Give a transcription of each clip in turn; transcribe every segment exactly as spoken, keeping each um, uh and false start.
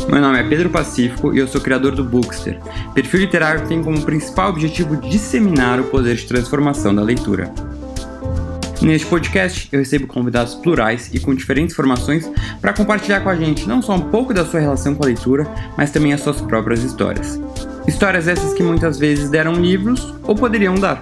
Meu nome é Pedro Pacífico e eu sou criador do Bookster, perfil literário que tem como principal objetivo disseminar o poder de transformação da leitura. Neste podcast, eu recebo convidados plurais e com diferentes formações para compartilhar com a gente não só um pouco da sua relação com a leitura, mas também as suas próprias histórias. Histórias essas que muitas vezes deram livros ou poderiam dar.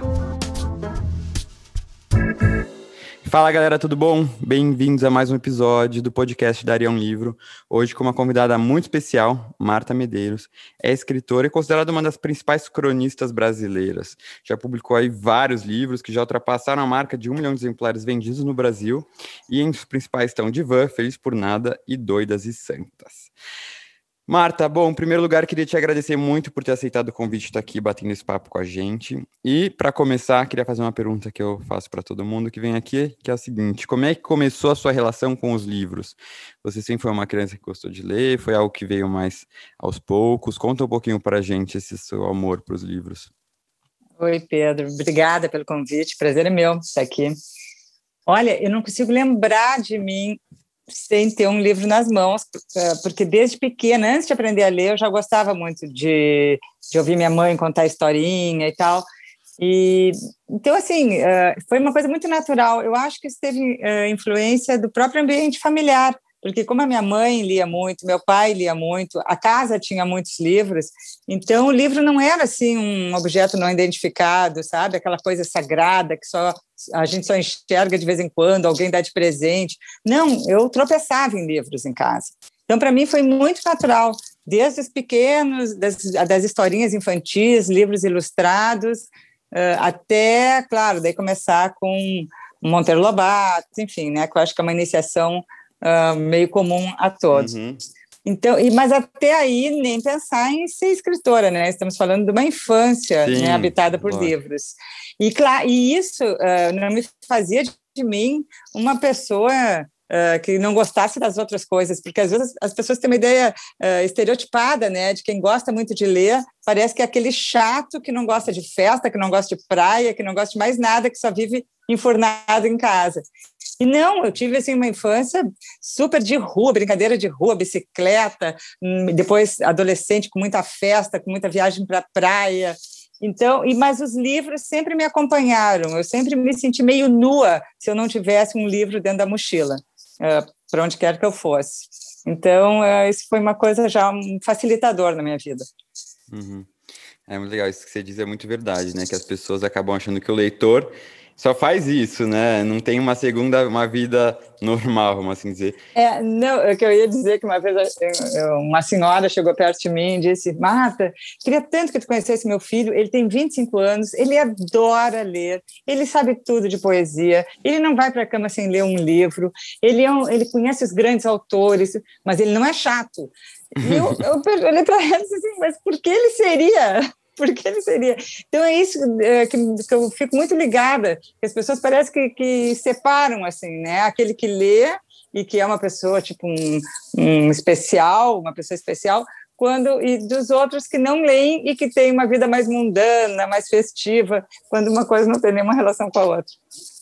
Fala galera, tudo bom? Bem-vindos a mais um episódio do podcast Daria um Livro. Hoje com uma convidada muito especial, Marta Medeiros. É escritora e considerada uma das principais cronistas brasileiras. Já publicou aí vários livros que já ultrapassaram a marca de um milhão de exemplares vendidos no Brasil. E entre os principais estão Divã, Feliz por Nada e Doidas e Santas. Marta, bom, em primeiro lugar, queria te agradecer muito por ter aceitado o convite de estar aqui batendo esse papo com a gente. E, para começar, queria fazer uma pergunta que eu faço para todo mundo que vem aqui, que é a seguinte: como é que começou a sua relação com os livros? Você sempre foi uma criança que gostou de ler? Foi algo que veio mais aos poucos? Conta um pouquinho para a gente esse seu amor para os livros. Oi, Pedro. Obrigada pelo convite. Prazer é meu estar aqui. Olha, eu não consigo lembrar de mim sem ter um livro nas mãos, porque desde pequena, antes de aprender a ler, eu já gostava muito de, de ouvir minha mãe contar historinha e tal. E, então, assim, foi uma coisa muito natural. Eu acho que isso teve influência do próprio ambiente familiar, porque como a minha mãe lia muito, meu pai lia muito, a casa tinha muitos livros, então o livro não era, assim, um objeto não identificado, sabe? Aquela coisa sagrada que só a gente só enxerga de vez em quando, alguém dá de presente. Não, eu tropeçava em livros em casa. Então, para mim, foi muito natural, desde os pequenos, das, das historinhas infantis, livros ilustrados, uh, até, claro, daí começar com Monteiro Lobato, enfim, né? Que eu acho que é uma iniciação Uh, meio comum a todos. Uhum. Então, e, mas até aí nem pensar em ser escritora, né? Estamos falando de uma infância, né, habitada por claro. livros. E, claro, e isso uh, não me fazia de, de mim uma pessoa uh, que não gostasse das outras coisas, porque às vezes as pessoas têm uma ideia uh, estereotipada, né, de quem gosta muito de ler, parece que é aquele chato que não gosta de festa, que não gosta de praia, que não gosta de mais nada, que só vive enfurnado em casa. E não, eu tive assim, uma infância super de rua, brincadeira de rua, bicicleta, depois adolescente com muita festa, com muita viagem para a praia. Então, e, mas os livros sempre me acompanharam, eu sempre me senti meio nua se eu não tivesse um livro dentro da mochila, uh, para onde quer que eu fosse. Então, uh, isso foi uma coisa já, um facilitador na minha vida. Uhum. É muito legal, isso que você diz é muito verdade, né? Que as pessoas acabam achando que o leitor só faz isso, né? Não tem uma segunda, uma vida normal, vamos assim dizer. É, não, é que eu ia dizer que uma vez eu, uma senhora chegou perto de mim e disse: Marta, queria tanto que tu conhecesse meu filho, ele tem vinte e cinco anos, ele adora ler, ele sabe tudo de poesia, ele não vai para a cama sem ler um livro, ele, é um, ele conhece os grandes autores, mas ele não é chato. E eu, eu olhei para ela e disse assim: mas por que ele seria... Porque ele seria... Então, é isso é, que, que eu fico muito ligada, que as pessoas parecem que, que separam, assim, né? Aquele que lê e que é uma pessoa, tipo, um, um especial, uma pessoa especial, quando, e dos outros que não leem e que têm uma vida mais mundana, mais festiva, quando uma coisa não tem nenhuma relação com a outra.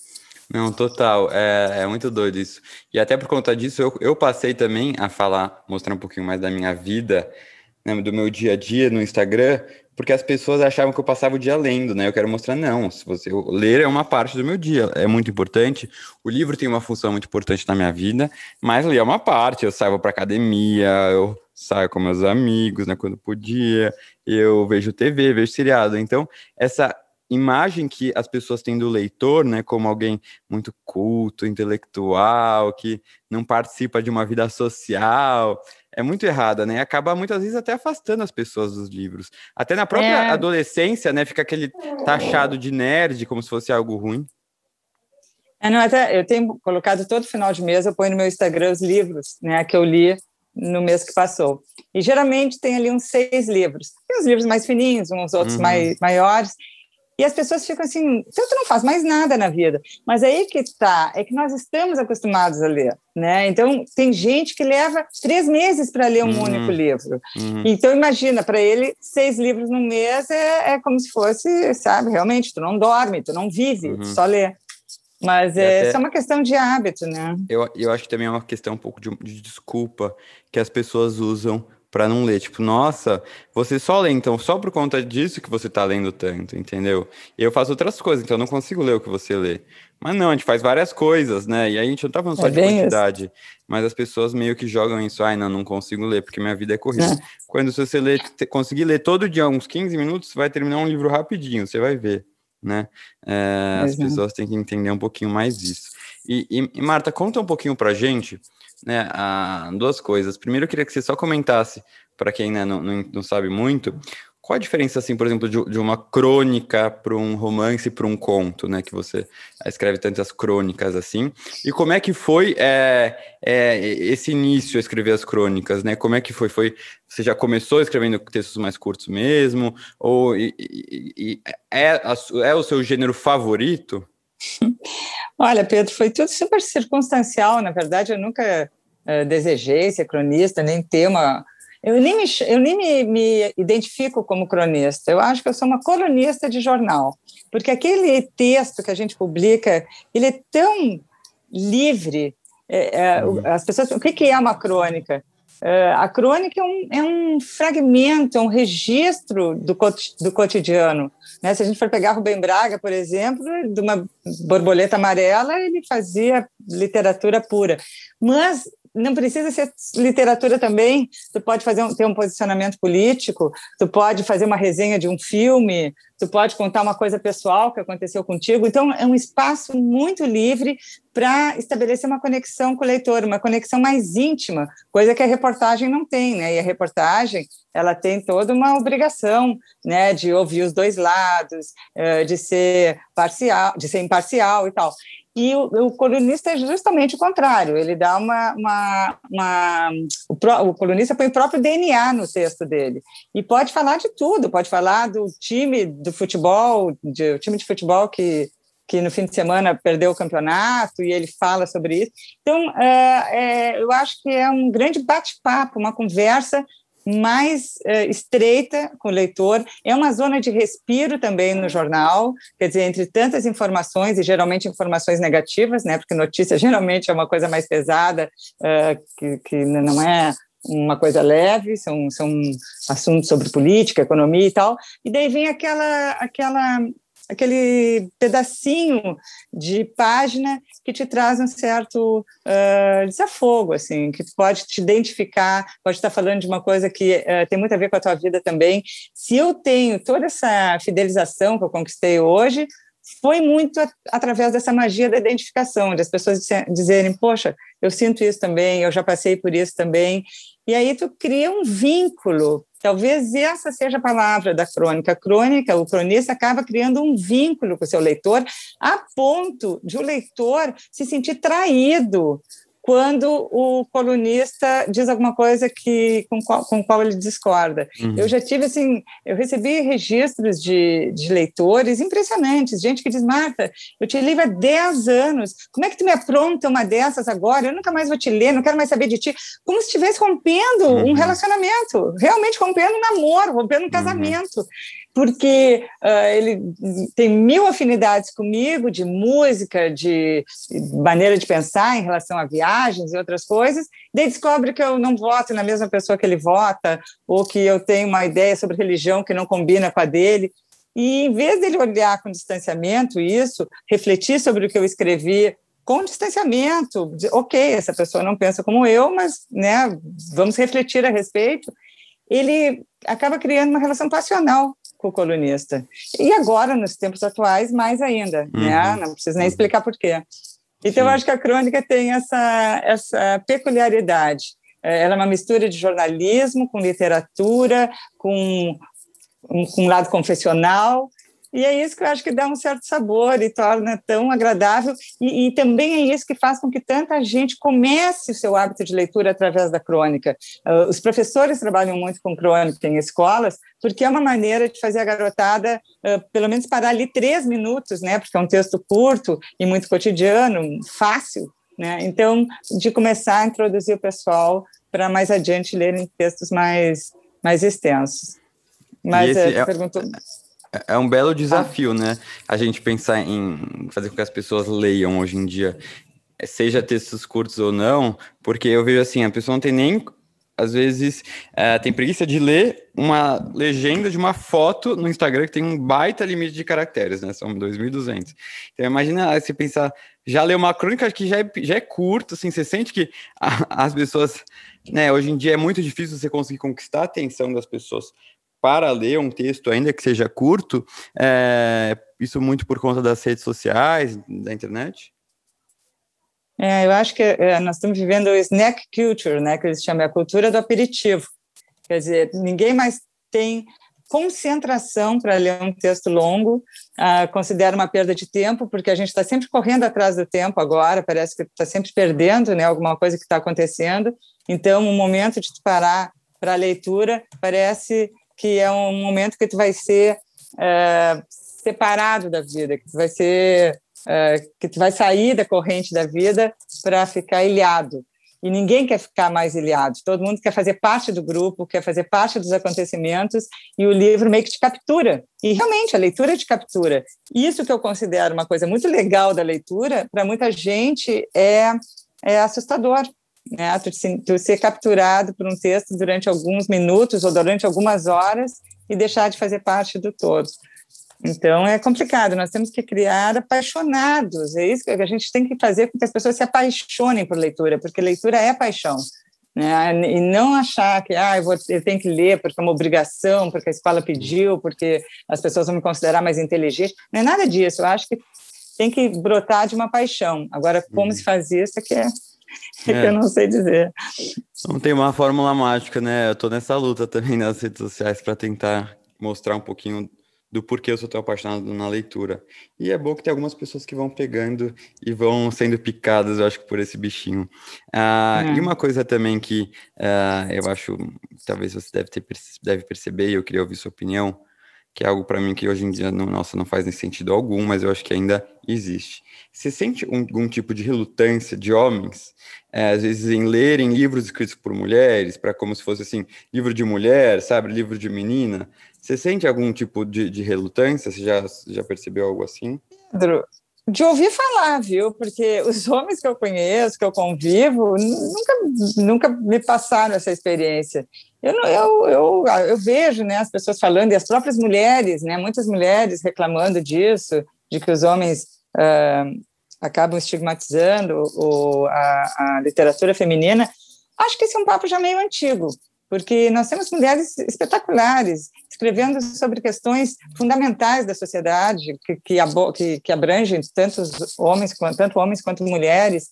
Não, total, é, é muito doido isso. E até por conta disso, eu, eu passei também a falar, mostrar um pouquinho mais da minha vida, né, do meu dia a dia no Instagram, porque as pessoas achavam que eu passava o dia lendo, né? Eu quero mostrar, não, se você ler é uma parte do meu dia, é muito importante. O livro tem uma função muito importante na minha vida, mas ler é uma parte. Eu saio para academia, eu saio com meus amigos, né, quando podia, eu vejo T V, vejo seriado. Então, essa imagem que as pessoas têm do leitor, né, como alguém muito culto, intelectual, que não participa de uma vida social, é muito errada, né? Acaba muitas vezes até afastando as pessoas dos livros. Até na própria é. adolescência, né, fica aquele taxado de nerd, como se fosse algo ruim. É, não, até eu tenho colocado todo final de mês, eu ponho no meu Instagram os livros, né, que eu li no mês que passou. E geralmente tem ali uns seis livros. Tem uns livros mais fininhos, uns outros uhum. mais maiores. E as pessoas ficam assim, então tu não faz mais nada na vida. Mas aí que tá, é que nós estamos acostumados a ler, né? Então, tem gente que leva três meses para ler um uhum. único livro. Uhum. Então, imagina, para ele, seis livros no mês é, é como se fosse, sabe, realmente, tu não dorme, tu não vive, uhum. tu só lê. Mas é até, só uma questão de hábito, né? Eu, eu acho que também é uma questão um pouco de, de desculpa que as pessoas usam para não ler. Tipo, nossa, você só lê, então só por conta disso que você tá lendo tanto, entendeu? E eu faço outras coisas, então eu não consigo ler o que você lê. Mas não, a gente faz várias coisas, né? E aí a gente não tá falando só É de bem isso. quantidade, mas as pessoas meio que jogam isso, ai, não, não consigo ler, porque minha vida é corrida. Né? Quando se você ler, te- conseguir ler todo dia uns quinze minutos, você vai terminar um livro rapidinho, você vai ver, né? É, as Exato. pessoas têm que entender um pouquinho mais isso. E, e, e, Marta, conta um pouquinho pra gente, né, a, duas coisas. Primeiro, eu queria que você só comentasse, para quem, né, não, não, não sabe muito, qual a diferença, assim, por exemplo, de, de uma crônica para um romance, para um conto, né, que você escreve tantas crônicas assim, e como é que foi é, é, esse início a escrever as crônicas, né? Como é que foi? Foi você já começou escrevendo textos mais curtos mesmo? Ou e, e, e é, a, é o seu gênero favorito? Olha, Pedro, foi tudo super circunstancial. Na verdade, eu nunca eh, desejei ser cronista, nem ter uma. Eu nem, me, eu nem me, me identifico como cronista. Eu acho que eu sou uma colunista de jornal, porque aquele texto que a gente publica, ele é tão livre. É, é, Uhum. as pessoas, o que que é uma crônica? É, a crônica é um, é um fragmento, é um registro do, cot, do cotidiano. Né? Se a gente for pegar Rubem Braga, por exemplo, de uma borboleta amarela, ele fazia literatura pura. Mas não precisa ser literatura também, tu pode fazer um, ter um posicionamento político, tu pode fazer uma resenha de um filme, tu pode contar uma coisa pessoal que aconteceu contigo. Então, é um espaço muito livre para estabelecer uma conexão com o leitor, uma conexão mais íntima, coisa que a reportagem não tem, né? E a reportagem, ela tem toda uma obrigação, né, de ouvir os dois lados, de ser parcial, de ser imparcial e tal. E o, o colunista é justamente o contrário, ele dá uma... uma, uma o, pro, o colunista põe o próprio D N A no texto dele, e pode falar de tudo, pode falar do time do futebol, de, o time de futebol que, que no fim de semana perdeu o campeonato, e ele fala sobre isso. Então, é, é, eu acho que é um grande bate-papo, uma conversa mais uh, estreita com o leitor, é uma zona de respiro também no jornal, quer dizer, entre tantas informações, e geralmente informações negativas, né, porque notícia geralmente é uma coisa mais pesada, uh, que, que não é uma coisa leve, são, são assuntos sobre política, economia e tal, e daí vem aquela, aquela aquele pedacinho de página que te traz um certo uh, desafogo, assim, que pode te identificar, pode estar falando de uma coisa que uh, tem muito a ver com a tua vida também. Se eu tenho toda essa fidelização que eu conquistei hoje, foi muito a, através dessa magia da identificação, das pessoas dizerem, poxa, eu sinto isso também, eu já passei por isso também, e aí tu cria um vínculo. Talvez essa seja a palavra da crônica. A crônica, o cronista acaba criando um vínculo com o seu leitor, a ponto de o leitor se sentir traído quando o colunista diz alguma coisa que, com, qual, com qual ele discorda. Uhum. Eu já tive, assim, eu recebi registros de, de leitores impressionantes, gente que diz, Marta, eu te li há dez anos, como é que tu me apronta uma dessas agora? Eu nunca mais vou te ler, não quero mais saber de ti. Como se estivesse rompendo uhum. um relacionamento, realmente rompendo um namoro, rompendo um casamento. Uhum. Porque uh, ele tem mil afinidades comigo, de música, de maneira de pensar em relação a viagens e outras coisas, daí descobre que eu não voto na mesma pessoa que ele vota, ou que eu tenho uma ideia sobre religião que não combina com a dele, e em vez dele olhar com distanciamento isso, refletir sobre o que eu escrevi com distanciamento, de, ok, essa pessoa não pensa como eu, mas né, vamos refletir a respeito, ele acaba criando uma relação passional com o colunista. E agora, nos tempos atuais, mais ainda, uhum. né? Não preciso nem explicar por quê. Então, Sim. eu acho que a crônica tem essa, essa peculiaridade. Ela é uma mistura de jornalismo com literatura, com, com um lado confessional, e é isso que eu acho que dá um certo sabor e torna tão agradável, e, e também é isso que faz com que tanta gente comece o seu hábito de leitura através da crônica. Uh, os professores trabalham muito com crônica em escolas, porque é uma maneira de fazer a garotada, uh, pelo menos parar ali três minutos, né, porque é um texto curto e muito cotidiano, fácil, né, então, de começar a introduzir o pessoal para mais adiante lerem textos mais, mais extensos. Mas, uh, tu é... perguntou... É um belo desafio, ah. né? A gente pensar em fazer com que as pessoas leiam hoje em dia, seja textos curtos ou não, porque eu vejo assim, a pessoa não tem nem às vezes, é, tem preguiça de ler uma legenda de uma foto no Instagram que tem um baita limite de caracteres, né? São dois mil e duzentos. Então, imagina você pensar, já leu uma crônica que já é, já é curto, assim, você sente que a, as pessoas, né? Hoje em dia é muito difícil você conseguir conquistar a atenção das pessoas para ler um texto, ainda que seja curto, é, isso muito por conta das redes sociais, da internet? É, eu acho que é, nós estamos vivendo o snack culture, né, que eles chamam, a cultura do aperitivo. Quer dizer, ninguém mais tem concentração para ler um texto longo, uh, considera uma perda de tempo, porque a gente está sempre correndo atrás do tempo agora, parece que está sempre perdendo, né, alguma coisa que está acontecendo. Então, um momento de tu parar para a leitura parece que é um momento que tu vai ser uh, separado da vida, que tu vai ser... Uh, que tu vai sair da corrente da vida para ficar ilhado. E ninguém quer ficar mais ilhado. Todo mundo quer fazer parte do grupo, quer fazer parte dos acontecimentos, e o livro meio que te captura. E, realmente, a leitura te captura. Isso que eu considero uma coisa muito legal da leitura, para muita gente, é, é assustador. Né? Tu, tu ser capturado por um texto durante alguns minutos ou durante algumas horas e deixar de fazer parte do todo. Então, é complicado, nós temos que criar apaixonados, é isso que a gente tem que fazer com que as pessoas se apaixonem por leitura, porque leitura é paixão, né? E não achar que ah, eu, vou, eu tenho que ler porque é uma obrigação, porque a escola pediu, porque as pessoas vão me considerar mais inteligente, não é nada disso, eu acho que tem que brotar de uma paixão. Agora, como uhum. se faz isso é que, é, é. é que eu não sei dizer. Não tem uma fórmula mágica, né? Eu estou nessa luta também nas redes sociais para tentar mostrar um pouquinho do porquê eu sou tão apaixonado na leitura. E é bom que tem algumas pessoas que vão pegando e vão sendo picadas, eu acho que por esse bichinho. Ah, é. E uma coisa também que ah, eu acho, talvez você deve, ter, deve perceber, e eu queria ouvir sua opinião, que é algo para mim que hoje em dia, não, nossa, não faz nem sentido algum, mas eu acho que ainda existe. Você sente um, algum tipo de relutância de homens, é, às vezes, em lerem livros escritos por mulheres, para como se fosse, assim, livro de mulher, sabe, livro de menina? Você sente algum tipo de, de relutância? Você já, já percebeu algo assim? Pedro, de ouvir falar, viu? Porque os homens que eu conheço, que eu convivo, nunca, nunca me passaram essa experiência. Eu, eu, eu, eu vejo, né, as pessoas falando, e as próprias mulheres, né, muitas mulheres reclamando disso, de que os homens uh, acabam estigmatizando o, a, a literatura feminina. Acho que esse é um papo já meio antigo, porque nós temos mulheres espetaculares, escrevendo sobre questões fundamentais da sociedade, que, que, que, que abrangem tantos homens, tanto homens quanto mulheres.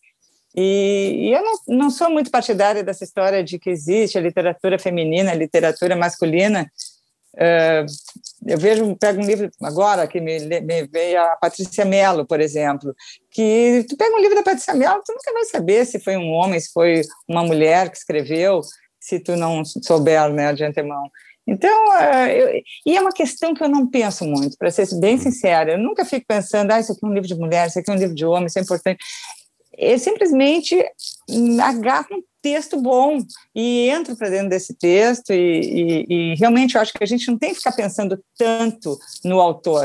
E, e eu não, não sou muito partidária dessa história de que existe a literatura feminina, a literatura masculina. Uh, eu vejo, pego um livro agora, que me, me veio a Patrícia Mello, por exemplo, que tu pega um livro da Patrícia Mello, tu nunca vai saber se foi um homem, se foi uma mulher que escreveu, se tu não souber, né, de antemão. Então, uh, eu, e é uma questão que eu não penso muito, para ser bem sincera. Eu nunca fico pensando, ah, isso aqui é um livro de mulher, isso aqui é um livro de homem, isso é importante. Eu simplesmente agarro um texto bom e entro para dentro desse texto e, e, e realmente eu acho que a gente não tem que ficar pensando tanto no autor.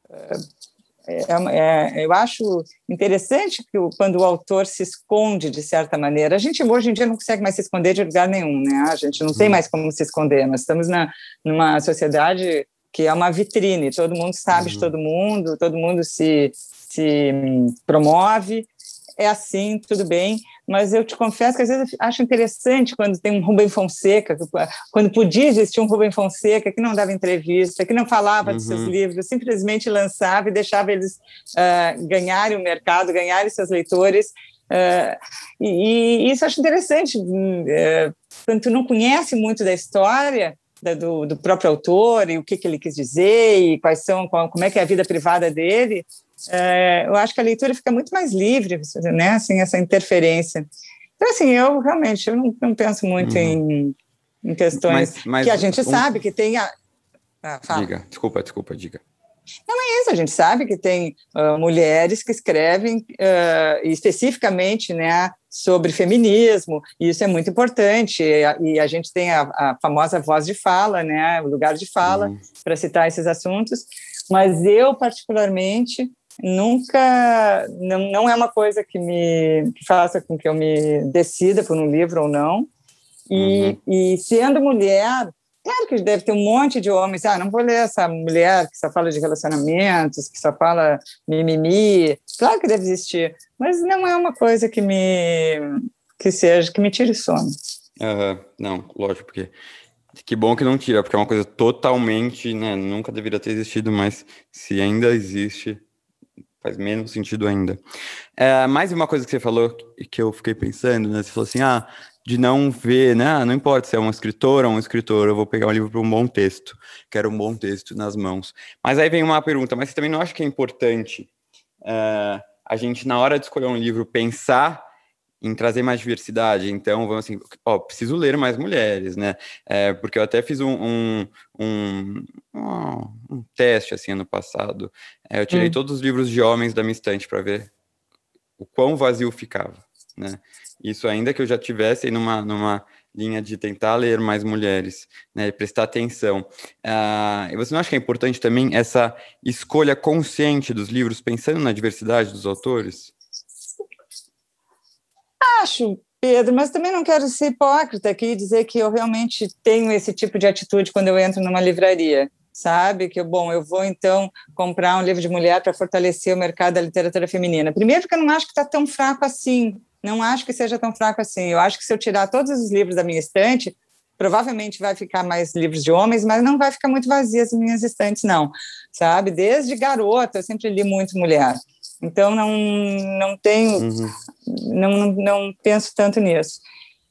É, é, eu acho interessante que o, quando o autor se esconde de certa maneira. A gente hoje em dia não consegue mais se esconder de lugar nenhum, né? A gente não tem mais como se esconder. Nós estamos na, numa sociedade que é uma vitrine, todo mundo sabe uhum. de todo mundo, todo mundo se, se promove. É assim, tudo bem, mas eu te confesso que às vezes eu acho interessante quando tem um Rubem Fonseca, quando podia existir um Rubem Fonseca que não dava entrevista, que não falava uhum. de seus livros, simplesmente lançava e deixava eles uh, ganharem o mercado, ganharem seus leitores, uh, e, e isso eu acho interessante, uh, quando tu não conhece muito da história, Do, do próprio autor e o que, que ele quis dizer e quais são, qual, como é que é a vida privada dele, é, eu acho que a leitura fica muito mais livre, né, assim, essa interferência. Então, assim, eu realmente eu não, não penso muito uhum. em, em questões mas, mas que a gente um... sabe que tem... A... Ah, fala. Diga, desculpa, desculpa, diga. Não é isso, a gente sabe que tem uh, mulheres que escrevem uh, especificamente, né, sobre feminismo, e isso é muito importante, e a, e a gente tem a, a famosa voz de fala, né, o lugar de fala, uhum. para citar esses assuntos, mas eu, particularmente, nunca, não, não é uma coisa que me que faça com que eu me decida por um livro ou não, E, uhum. e sendo mulher, claro que deve ter um monte de homens, ah, não vou ler essa mulher que só fala de relacionamentos, que só fala mimimi, claro que deve existir, mas não é uma coisa que me, que seja, que me tire sono. Uhum. Não, lógico, porque que bom que não tira, porque é uma coisa totalmente, né, nunca deveria ter existido, mas se ainda existe, faz menos sentido ainda. É, mais uma coisa que você falou, que eu fiquei pensando, né, você falou assim, ah, de não ver, né, não importa se é um escritor ou um escritor, eu vou pegar um livro para um bom texto, quero um bom texto nas mãos. Mas aí vem uma pergunta, mas você também não acha que é importante uh, a gente, na hora de escolher um livro, pensar em trazer mais diversidade? Então, vamos assim, ó, preciso ler mais mulheres, né? É, porque eu até fiz um, um, um, um teste, assim, ano passado. É, eu tirei hum. todos os livros de homens da minha estante para ver o quão vazio ficava, né? Isso ainda que eu já tivesse numa, numa linha de tentar ler mais mulheres, né? Prestar atenção. Ah, e você não acha que é importante também essa escolha consciente dos livros, pensando na diversidade dos autores? Acho, Pedro, mas também não quero ser hipócrita aqui e dizer que eu realmente tenho esse tipo de atitude quando eu entro numa livraria, sabe? Que, bom, eu vou, então, comprar um livro de mulher para fortalecer o mercado da literatura feminina. Primeiro porque eu não acho que está tão fraco assim, não acho que seja tão fraco assim. Eu acho que se eu tirar todos os livros da minha estante, provavelmente vai ficar mais livros de homens, mas não vai ficar muito vazias as minhas estantes, não, sabe? Desde garota, eu sempre li muito mulher. Então, não, não tenho, uhum. não, não, não penso tanto nisso.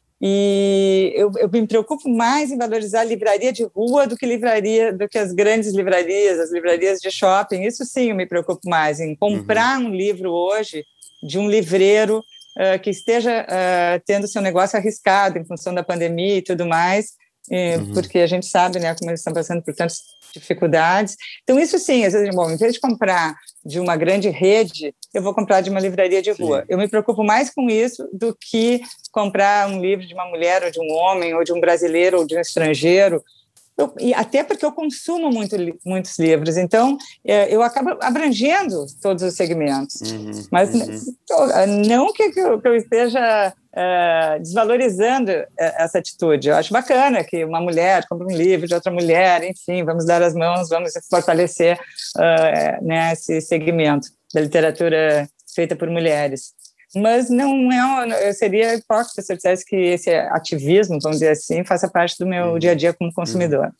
E eu, eu me preocupo mais em valorizar a livraria de rua do que livraria, do que as grandes livrarias, as livrarias de shopping. Isso sim, eu me preocupo mais em comprar uhum. um livro hoje de um livreiro uh, que esteja uh, tendo seu negócio arriscado em função da pandemia e tudo mais, e, uhum. porque a gente sabe, né, como eles estão passando por tantas dificuldades. Então, isso sim, às vezes, bom, em vez de comprar de uma grande rede, eu vou comprar de uma livraria de rua. Sim. Eu me preocupo mais com isso do que comprar um livro de uma mulher, ou de um homem, ou de um brasileiro, ou de um estrangeiro. Eu, e até porque eu consumo muito, muitos livros, então é, eu acabo abrangendo todos os segmentos. Uhum, Mas uhum. não que, que, eu, que eu esteja é, desvalorizando essa atitude. Eu acho bacana que uma mulher compre um livro de outra mulher, enfim, vamos dar as mãos, vamos fortalecer uh, né, esse segmento da literatura feita por mulheres. Mas não é, eu seria hipócrita se eu dissesse que esse ativismo, vamos dizer assim, faça parte do meu uhum. dia a dia como consumidor.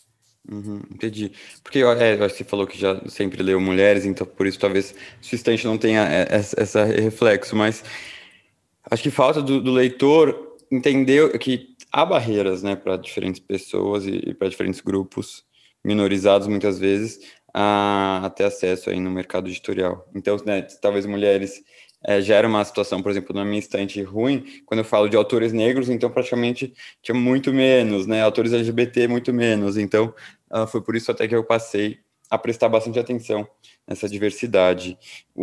Uhum, entendi. Porque é, você falou que já sempre leu mulheres, então por isso talvez sua estante não tenha essa, essa reflexo, mas acho que falta do, do leitor entender que há barreiras, né, para diferentes pessoas e, e para diferentes grupos minorizados muitas vezes a, a ter acesso aí no mercado editorial. Então, né, talvez mulheres É, já era uma situação, por exemplo, na minha estante ruim, quando eu falo de autores negros, então praticamente tinha muito menos, né, autores L G B T muito menos, então uh, foi por isso até que eu passei a prestar bastante atenção nessa diversidade.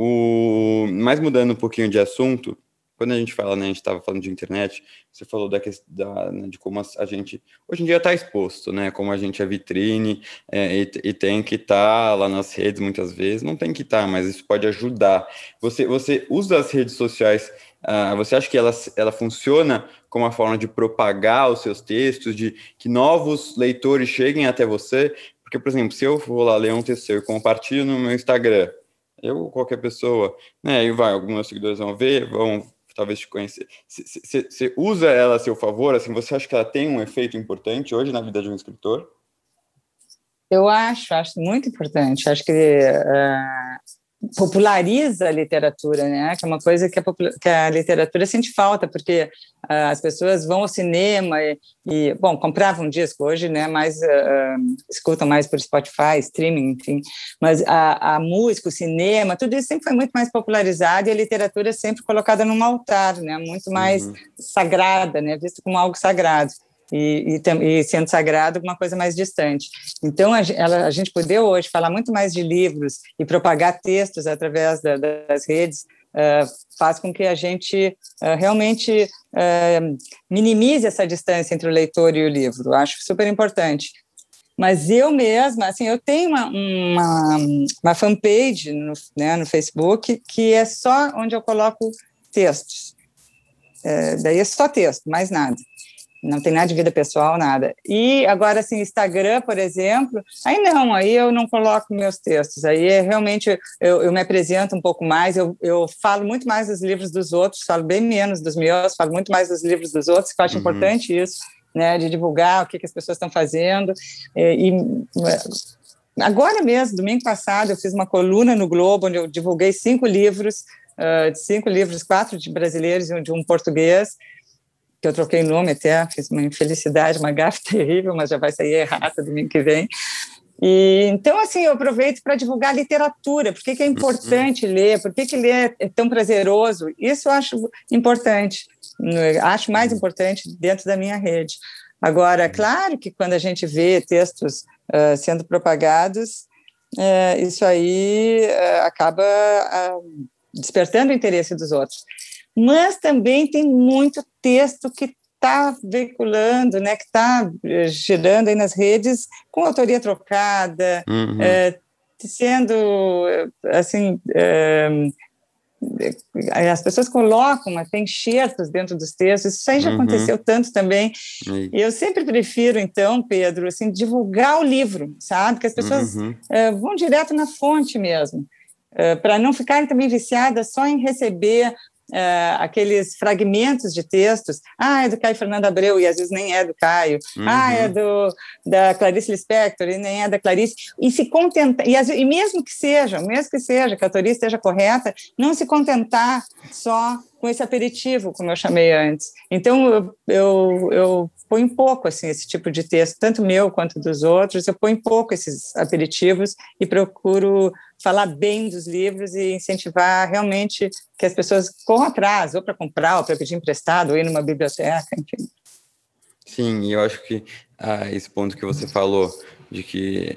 O... Mas mudando um pouquinho de assunto, quando a gente fala, né, a gente estava falando de internet, você falou da questão da, né, de como a gente hoje em dia está exposto, né, como a gente é vitrine é, e, e tem que estar tá lá nas redes muitas vezes, não tem que estar, tá, mas isso pode ajudar. Você, você usa as redes sociais, uh, você acha que ela, ela funciona como uma forma de propagar os seus textos, de que novos leitores cheguem até você? Porque, por exemplo, se eu vou lá ler um texto e compartilho no meu Instagram, eu, qualquer pessoa, né, e vai, alguns meus seguidores vão ver, vão talvez te conhecer. Você usa ela a seu favor? Assim, você acha que ela tem um efeito importante hoje na vida de um escritor? Eu acho, acho muito importante. Acho que uh, populariza a literatura, né? Que é uma coisa que a, que a literatura sente falta, porque uh, as pessoas vão ao cinema e, e, bom, compravam um disco hoje, né? Mas uh, escutam mais por Spotify, streaming, enfim. Mas a, a música, o cinema, tudo isso sempre foi muito mais popularizado e a literatura sempre colocada num altar, né? Muito mais uhum. sagrada, né? Visto como algo sagrado. E, e, e sendo sagrado, uma coisa mais distante. Então, a, ela, a gente poder hoje falar muito mais de livros e propagar textos através da, das redes uh, faz com que a gente uh, realmente uh, minimize essa distância entre o leitor e o livro. Eu acho super importante. Mas eu mesma, assim, eu tenho uma, uma, uma fanpage no, né, no Facebook que é só onde eu coloco textos. É, daí é só texto, mais nada. não tem nada de vida pessoal, nada. E agora, assim, Instagram, por exemplo, aí não, aí eu não coloco meus textos, aí é realmente, eu, eu me apresento um pouco mais, eu, eu falo muito mais dos livros dos outros, falo bem menos dos meus, falo muito mais dos livros dos outros, que eu acho uhum. importante isso, né, de divulgar o que, que as pessoas estão fazendo, e, e agora mesmo, domingo passado, eu fiz uma coluna no Globo, onde eu divulguei cinco livros, uh, cinco livros, quatro de brasileiros e um de um português, que eu troquei nome até, fiz uma infelicidade, uma gafe terrível, mas já vai sair errata domingo que vem. E, então, assim, eu aproveito para divulgar literatura, por que, que é importante uhum. ler, por que, que ler é tão prazeroso, isso eu acho importante, acho mais importante dentro da minha rede. Agora, claro que quando a gente vê textos uh, sendo propagados, uh, isso aí uh, acaba uh, despertando o interesse dos outros. Mas também tem muito texto que está veiculando, né, que está girando aí nas redes com autoria trocada, uhum. é, sendo, assim, é, as pessoas colocam até enxertos dentro dos textos, isso aí já uhum. aconteceu tanto também, e eu sempre prefiro, então, Pedro, assim, divulgar o livro, sabe, que as pessoas uhum. é, vão direto na fonte mesmo, é, para não ficarem também viciadas só em receber Uh, aqueles fragmentos de textos, ah, é do Caio Fernando Abreu, e às vezes nem é do Caio, uhum. ah, é do, da Clarice Lispector, e nem é da Clarice, e se contentar, e, e mesmo que seja, mesmo que seja, que a autoria esteja correta, não se contentar só com esse aperitivo, como eu chamei antes. Então, eu, eu, eu ponho pouco, assim, esse tipo de texto, tanto meu quanto dos outros, eu ponho pouco esses aperitivos e procuro falar bem dos livros e incentivar realmente que as pessoas corram atrás, ou para comprar, ou para pedir emprestado, ou ir numa biblioteca, enfim. Sim, e eu acho que ah, esse ponto que você falou, de que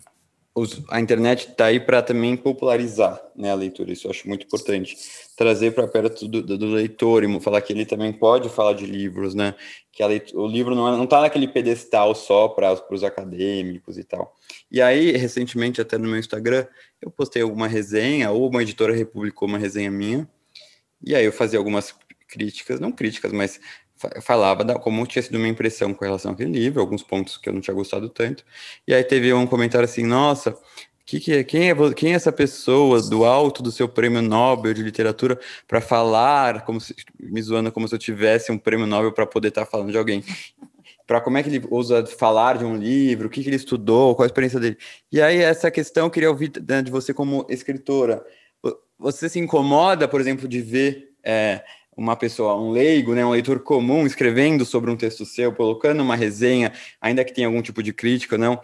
os, a internet está aí para também popularizar, né, a leitura, isso eu acho muito importante, trazer para perto do, do, do leitor e falar que ele também pode falar de livros, né, que a leitura, o livro não está naquele pedestal só para os acadêmicos e tal. E aí, recentemente, até no meu Instagram, eu postei alguma resenha, ou uma editora republicou uma resenha minha, e aí eu fazia algumas críticas, não críticas, mas falava da, como tinha sido minha impressão com relação àquele livro, alguns pontos que eu não tinha gostado tanto, e aí teve um comentário assim, nossa, que que é, quem, é, quem é essa pessoa do alto do seu prêmio Nobel de literatura para falar, como se, me zoando como se eu tivesse um prêmio Nobel para poder estar tá falando de alguém, para como é que ele usa falar de um livro, o que, que ele estudou, qual a experiência dele, e aí essa questão eu queria ouvir né, de você como escritora, você se incomoda, por exemplo, de ver é, uma pessoa, um leigo, né, um leitor comum, escrevendo sobre um texto seu, colocando uma resenha, ainda que tenha algum tipo de crítica, não?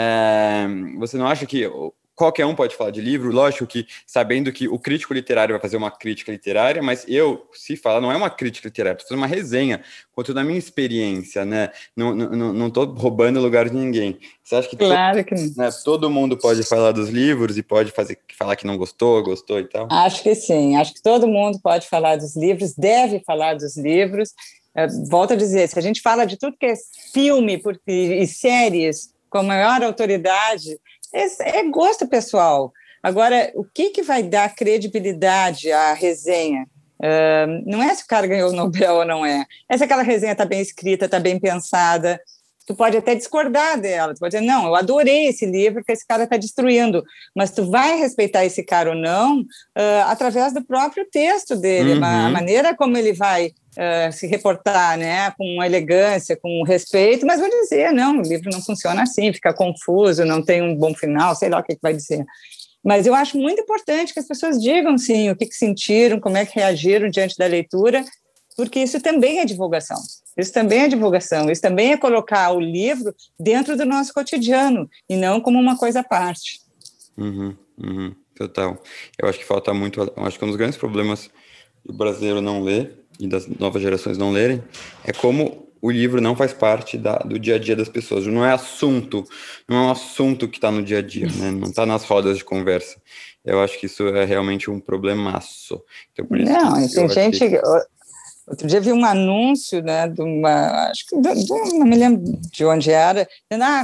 É, você não acha que qualquer um pode falar de livro? Lógico que, sabendo que o crítico literário vai fazer uma crítica literária, mas eu, se falar, não é uma crítica literária, estou fazendo uma resenha, quanto da minha experiência, né? Não, não, não tô roubando o lugar de ninguém. Você acha que, claro todo, que não. Né, todo mundo pode falar dos livros e pode fazer, falar que não gostou, gostou e tal? Acho que sim, acho que todo mundo pode falar dos livros, deve falar dos livros. É, volto a dizer, se a gente fala de tudo que é filme por, e, e séries com maior autoridade, é, é gosto pessoal. Agora, o que, que vai dar credibilidade à resenha? Uh, não é se o cara ganhou o Nobel ou não é. É se aquela resenha está bem escrita, está bem pensada. Tu pode até discordar dela, tu pode dizer, não, eu adorei esse livro que esse cara está destruindo, mas tu vai respeitar esse cara ou não uh, através do próprio texto dele, uhum. a maneira como ele vai uh, se reportar, né, com elegância, com respeito, mas vou dizer, não, o livro não funciona assim, fica confuso, não tem um bom final, sei lá o que, que vai dizer. Mas eu acho muito importante que as pessoas digam, sim, o que, que sentiram, como é que reagiram diante da leitura, porque isso também é divulgação. Isso também é divulgação, isso também é colocar o livro dentro do nosso cotidiano e não como uma coisa à parte. Uhum, uhum, total. Eu acho que falta muito, eu acho que um dos grandes problemas do brasileiro não ler e das novas gerações não lerem é como o livro não faz parte da, do dia a dia das pessoas, não é assunto, não é um assunto que está no dia a dia, né? Não está nas rodas de conversa. Eu acho que isso é realmente um problemaço. Então, por isso não, que tem gente... Que... Outro dia vi um anúncio, né, de uma, acho que de, de, não me lembro de onde era, dizendo, ah,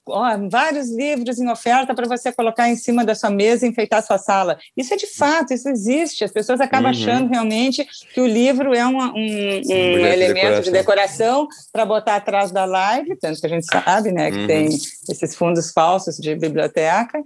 ó, vários livros em oferta para você colocar em cima da sua mesa e enfeitar a sua sala. Isso é de fato, isso existe. As pessoas acabam uhum. achando realmente que o livro é um, um, um elemento de decoração para botar atrás da live, tanto que a gente sabe, né, que uhum. tem esses fundos falsos de biblioteca,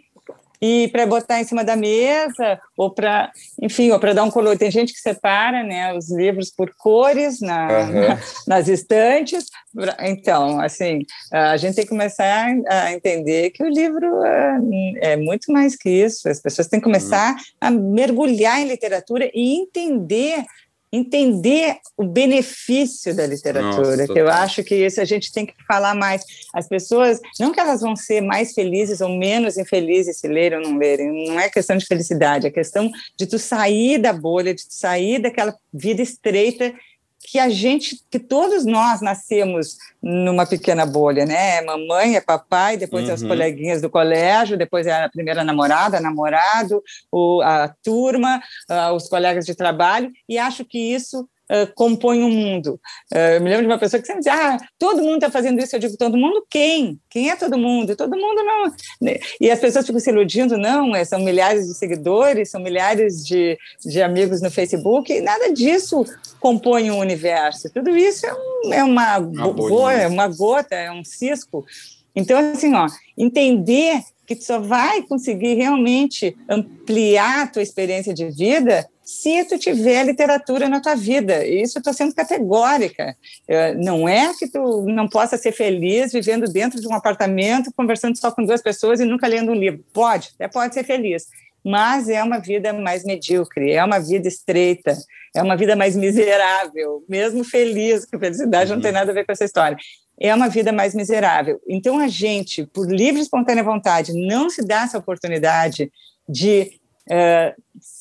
e para botar em cima da mesa, ou para, enfim, ou para dar um color. Tem gente que separa, né, os livros por cores na, uhum. na, nas estantes. Então, assim, a gente tem que começar a entender que o livro é, é muito mais que isso. As pessoas têm que começar uhum. a mergulhar em literatura e entender entender o benefício da literatura, Nossa, que eu acho que isso a gente tem que falar mais. As pessoas, não que elas vão ser mais felizes ou menos infelizes se lerem ou não lerem, não é questão de felicidade, é questão de tu sair da bolha, de tu sair daquela vida estreita que a gente, que todos nós nascemos numa pequena bolha, né? Mamãe, é papai, depois uhum. é os coleguinhas do colégio, depois é a primeira namorada, namorado, o, a turma, uh, os colegas de trabalho, e acho que isso Uh, compõe o um mundo. Uh, eu me lembro de uma pessoa que sempre dizia, ah, todo mundo está fazendo isso. Eu digo, todo mundo quem? Quem é todo mundo? Todo mundo não. E as pessoas ficam se iludindo, não, é, são milhares de seguidores, são milhares de, de amigos no Facebook, nada disso compõe um universo. Tudo isso é, um, é uma, uma, go, é uma gota, é um cisco. Então, assim, ó, entender que tu só vai conseguir realmente ampliar a tua experiência de vida se tu tiver literatura na tua vida. Isso eu estou sendo categórica. Não é que tu não possa ser feliz vivendo dentro de um apartamento, conversando só com duas pessoas e nunca lendo um livro. Pode, até pode ser feliz, mas é uma vida mais medíocre, é uma vida estreita, é uma vida mais miserável, mesmo feliz, que felicidade uhum. não tem nada a ver com essa história. É uma vida mais miserável. Então, a gente, por livre e espontânea vontade, não se dá essa oportunidade de uh,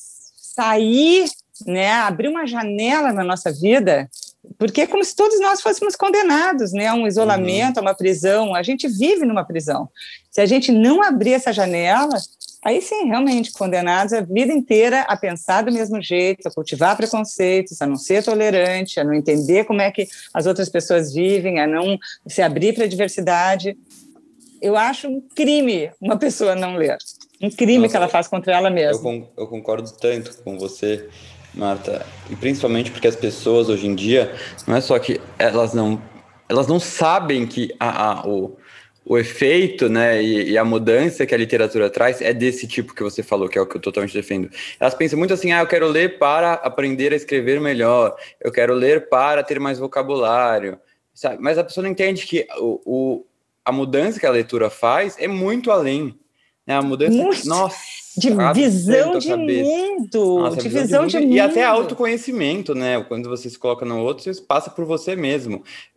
sair, né, abrir uma janela na nossa vida, porque é como se todos nós fôssemos condenados, né, a um isolamento, uhum. a uma prisão. A gente vive numa prisão. Se a gente não abrir essa janela, aí sim, realmente, condenados a vida inteira a pensar do mesmo jeito, a cultivar preconceitos, a não ser tolerante, a não entender como é que as outras pessoas vivem, a não se abrir para a diversidade. Eu acho um crime uma pessoa não ler. Um crime Nossa, que ela faz contra ela mesma. Eu, eu concordo tanto com você, Marta, e principalmente porque as pessoas hoje em dia, não é só que elas não, elas não sabem que a, a, o, o efeito, né, e, e a mudança que a literatura traz é desse tipo que você falou, que é o que eu totalmente defendo. Elas pensam muito assim, ah, eu quero ler para aprender a escrever melhor, eu quero ler para ter mais vocabulário, sabe? Mas a pessoa não entende que o, o, a mudança que a leitura faz é muito além. É a mudança, muito. Nossa, de visão de mundo, Nossa, de visão, visão de, de mundo, mundo. E até autoconhecimento, né? Quando você se coloca no outro, você passa por você mesmo.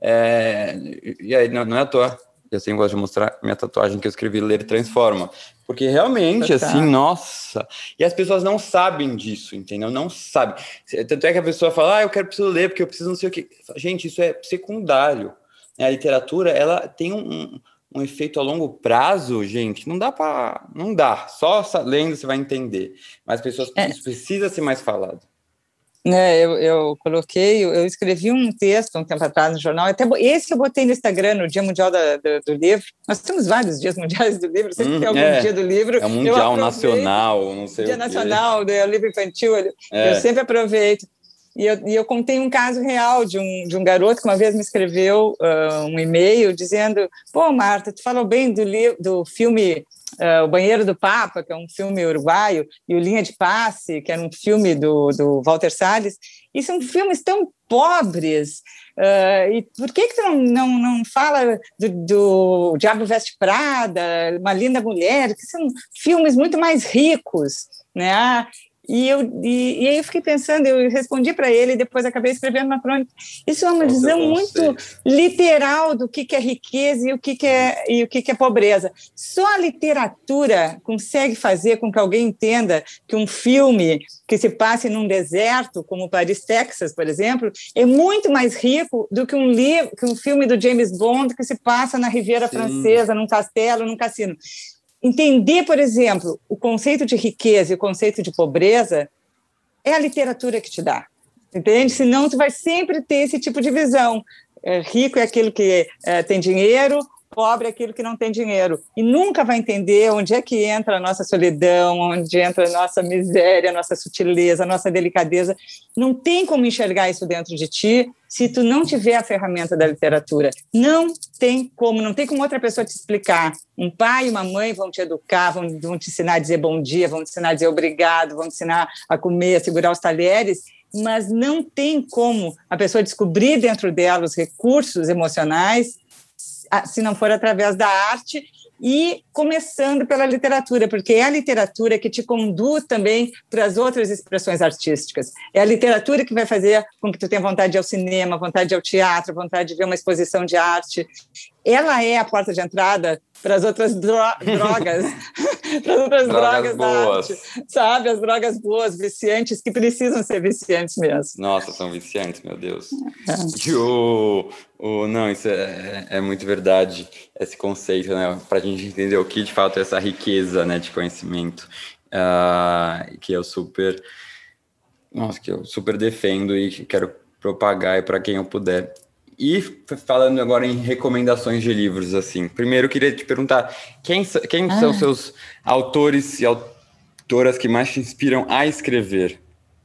É, e aí, não, não é à toa. Eu sempre gosto de mostrar minha tatuagem que eu escrevi, Ler Transforma. Porque realmente, Total. assim, nossa... E as pessoas não sabem disso, entendeu? Não sabem. Tanto é que a pessoa fala, ah, eu quero, preciso ler, porque eu preciso não sei o quê. Gente, isso é secundário. A literatura, ela tem um... um um efeito a longo prazo, gente, não dá para... Não dá. Só lendo você vai entender. Mas as pessoas é. Isso precisa ser mais falado. É, eu, eu coloquei, eu escrevi um texto um tempo atrás no jornal, até esse eu botei no Instagram, no Dia Mundial da, do, do Livro. Nós temos vários dias mundiais do livro, sempre hum, tem algum é, dia do livro. É o Mundial Nacional, não sei Dia o Nacional do Livro Infantil, eu, é. eu sempre aproveito. E eu, e eu contei um caso real de um, de um garoto que uma vez me escreveu uh, um e-mail dizendo, pô, Marta, tu falou bem do, li- do filme uh, O Banheiro do Papa, que é um filme uruguaio, e o Linha de Passe, que era um filme do, do Walter Salles, e são filmes tão pobres, uh, e por que que tu não, não, não fala do, do Diabo Veste Prada, Uma Linda Mulher, que são filmes muito mais ricos, né? E, eu, e, e aí eu fiquei pensando, eu respondi para ele e depois acabei escrevendo uma crônica. Isso é uma Qual visão muito literal do que, que é riqueza e o, que, que, é, e o que, que é pobreza. Só a literatura consegue fazer com que alguém entenda que um filme que se passe num deserto, como Paris, Texas, por exemplo, é muito mais rico do que um, livro, que um filme do James Bond que se passa na Riviera Sim. Francesa, num castelo, num cassino. Entender, por exemplo, o conceito de riqueza e o conceito de pobreza é a literatura que te dá, entende? Senão tu vai sempre ter esse tipo de visão. É, rico é aquele que é, tem dinheiro, pobre é aquilo que não tem dinheiro. E nunca vai entender onde é que entra a nossa solidão, onde entra a nossa miséria, a nossa sutileza, a nossa delicadeza. Não tem como enxergar isso dentro de ti se tu não tiver a ferramenta da literatura. Não tem como, não tem como outra pessoa te explicar. Um pai e uma mãe vão te educar, vão, vão te ensinar a dizer bom dia, vão te ensinar a dizer obrigado, vão te ensinar a comer, a segurar os talheres, mas não tem como a pessoa descobrir dentro dela os recursos emocionais se não for através da arte e começando pela literatura, porque é a literatura que te conduz também para as outras expressões artísticas. É a literatura que vai fazer com que tu tenha vontade de ir ao cinema, vontade de ir ao teatro, vontade de ver uma exposição de arte. Ela é a porta de entrada para as outras dro- drogas, para as outras drogas, drogas da arte, sabe? As drogas boas, viciantes, que precisam ser viciantes mesmo. Nossa, são viciantes, meu Deus. É. E o, o, não, isso é, é muito verdade, esse conceito, né? Para a gente entender o que, de fato, é essa riqueza, né, de conhecimento, uh, que eu super, nossa, que eu super defendo e quero propagar para quem eu puder. E falando agora em recomendações de livros, assim, primeiro eu queria te perguntar, quem, quem ah. são seus autores e autoras que mais te inspiram a escrever?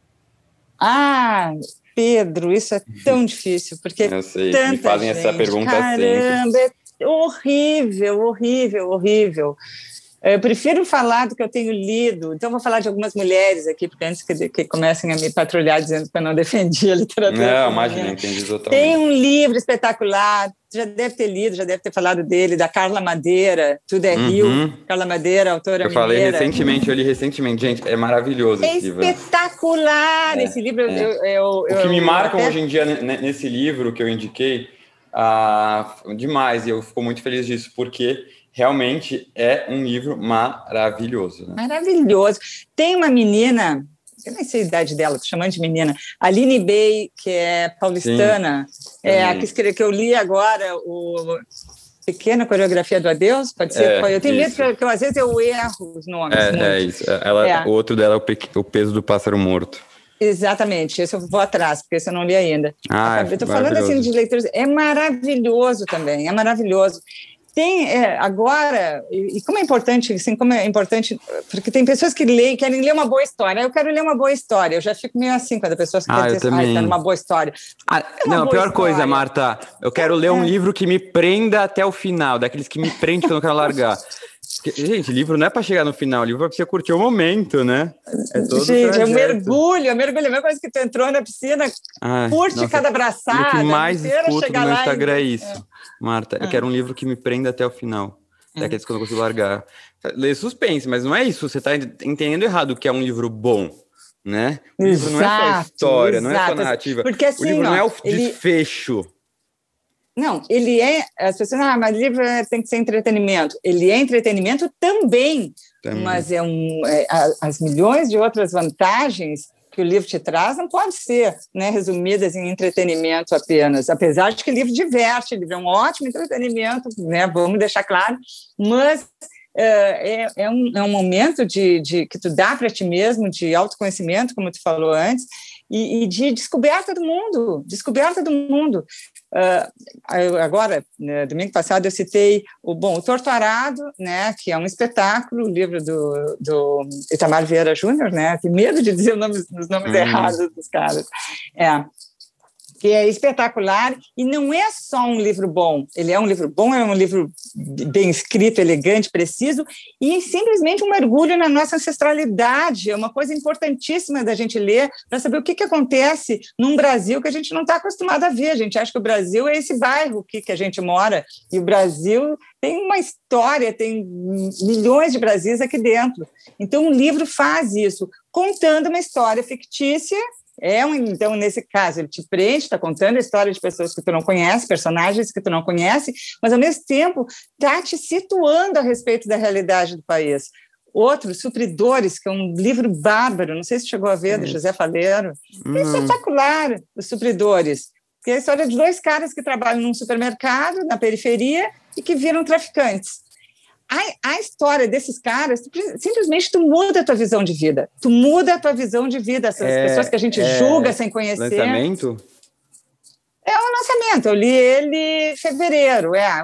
Ah, Pedro, isso é tão difícil, porque eu sei, tanta me fazem gente, essa pergunta caramba, sempre. É horrível, horrível, horrível. Eu prefiro falar do que eu tenho lido, então vou falar de algumas mulheres aqui, porque antes que, que comecem a me patrulhar dizendo que eu não defendia a literatura. Não, imagina, entendi totalmente. Tem um livro espetacular, já deve ter lido, já deve ter falado dele, da Carla Madeira, Tudo é Rio. Uhum. Carla Madeira, autora eu mineira. Eu falei recentemente, eu li recentemente, gente, é maravilhoso é esse livro. É espetacular é, esse livro. É. Eu, eu, o que eu, me marca até... hoje em dia nesse livro que eu indiquei, ah, demais, e eu fico muito feliz disso, porque realmente é um livro maravilhoso. Né? Maravilhoso. Tem uma menina, eu nem sei a idade dela, estou chamando de menina, Aline Bey, que é paulistana, Sim, é, a que, escreve, que eu li agora, o Pequena Coreografia do Adeus, pode ser? É, eu tenho medo que, que eu, às vezes eu erro os nomes. É, muito. é isso. Ela, é. O outro dela é o, pe, o Peso do Pássaro Morto. Exatamente, esse eu vou atrás, porque esse eu não li ainda. Ah, eu estou falando assim de leituras, é maravilhoso também, é maravilhoso. Tem, é, agora, e, e como é importante, assim, como é importante, porque tem pessoas que leem, querem ler uma boa história, eu quero ler uma boa história, eu já fico meio assim quando a pessoa ah, quer dizer, ah, eu quero uma boa história. Ah, é não, a pior história. coisa, Marta, eu quero é, ler um é. livro que me prenda até o final, daqueles que me prende que eu não quero largar. Porque, gente, livro não é para chegar no final, livro é para você curtir o momento, né? É todo gente, é um mergulho, é um mergulho, a mesma coisa que tu entrou na piscina, Ai, curte nossa, cada abraçada. O que mais escuto no meu Instagram e... é isso, é. Marta, eu ah. quero um livro que me prenda até o final, é daqueles que eu não consigo largar. Ler suspense, mas não é isso, você está entendendo errado o que é um livro bom, né? O livro exato, não é só história, exato. não é só narrativa, Porque, assim, o livro ó, não é o ele... desfecho. Não, ele é... As pessoas, ah, mas livro tem que ser entretenimento. Ele é entretenimento também, também. mas é um, é, as milhões de outras vantagens que o livro te traz não pode ser, né, resumidas em entretenimento apenas, apesar de que o livro diverte, o livro é um ótimo entretenimento, né, vamos deixar claro, mas é, é, um, é um momento de, de, que tu dá para ti mesmo, de autoconhecimento, como tu falou antes, e, e de descoberta do mundo, descoberta do mundo. Uh, agora, né, domingo passado, eu citei o, bom, o Torto Arado, né, que é um espetáculo, o livro do, do Itamar Vieira Júnior, né, tem medo de dizer os nomes, os nomes hum. errados dos caras. É, que é espetacular, e não é só um livro bom, ele é um livro bom, é um livro bem escrito, elegante, preciso, e simplesmente um mergulho na nossa ancestralidade, é uma coisa importantíssima da gente ler, para saber o que, que acontece num Brasil que a gente não está acostumado a ver, a gente acha que o Brasil é esse bairro que, que a gente mora, e o Brasil tem uma história, tem milhões de Brasis aqui dentro, então o livro faz isso, contando uma história fictícia. É um, então, nesse caso, ele te prende, está contando a história de pessoas que tu não conhece, personagens que tu não conhece, mas, ao mesmo tempo, está te situando a respeito da realidade do país. Outro, Supridores, que é um livro bárbaro, não sei se chegou a ver, do José Faleiro. Hum. É espetacular, Os Supridores, que é a história de dois caras que trabalham num supermercado, na periferia, e que viram traficantes. A, a história desses caras, tu, simplesmente tu muda a tua visão de vida. Tu muda a tua visão de vida. Essas é, pessoas que a gente é julga sem conhecer. Lançamento? É um lançamento. Eu li ele em fevereiro. É, eu acho que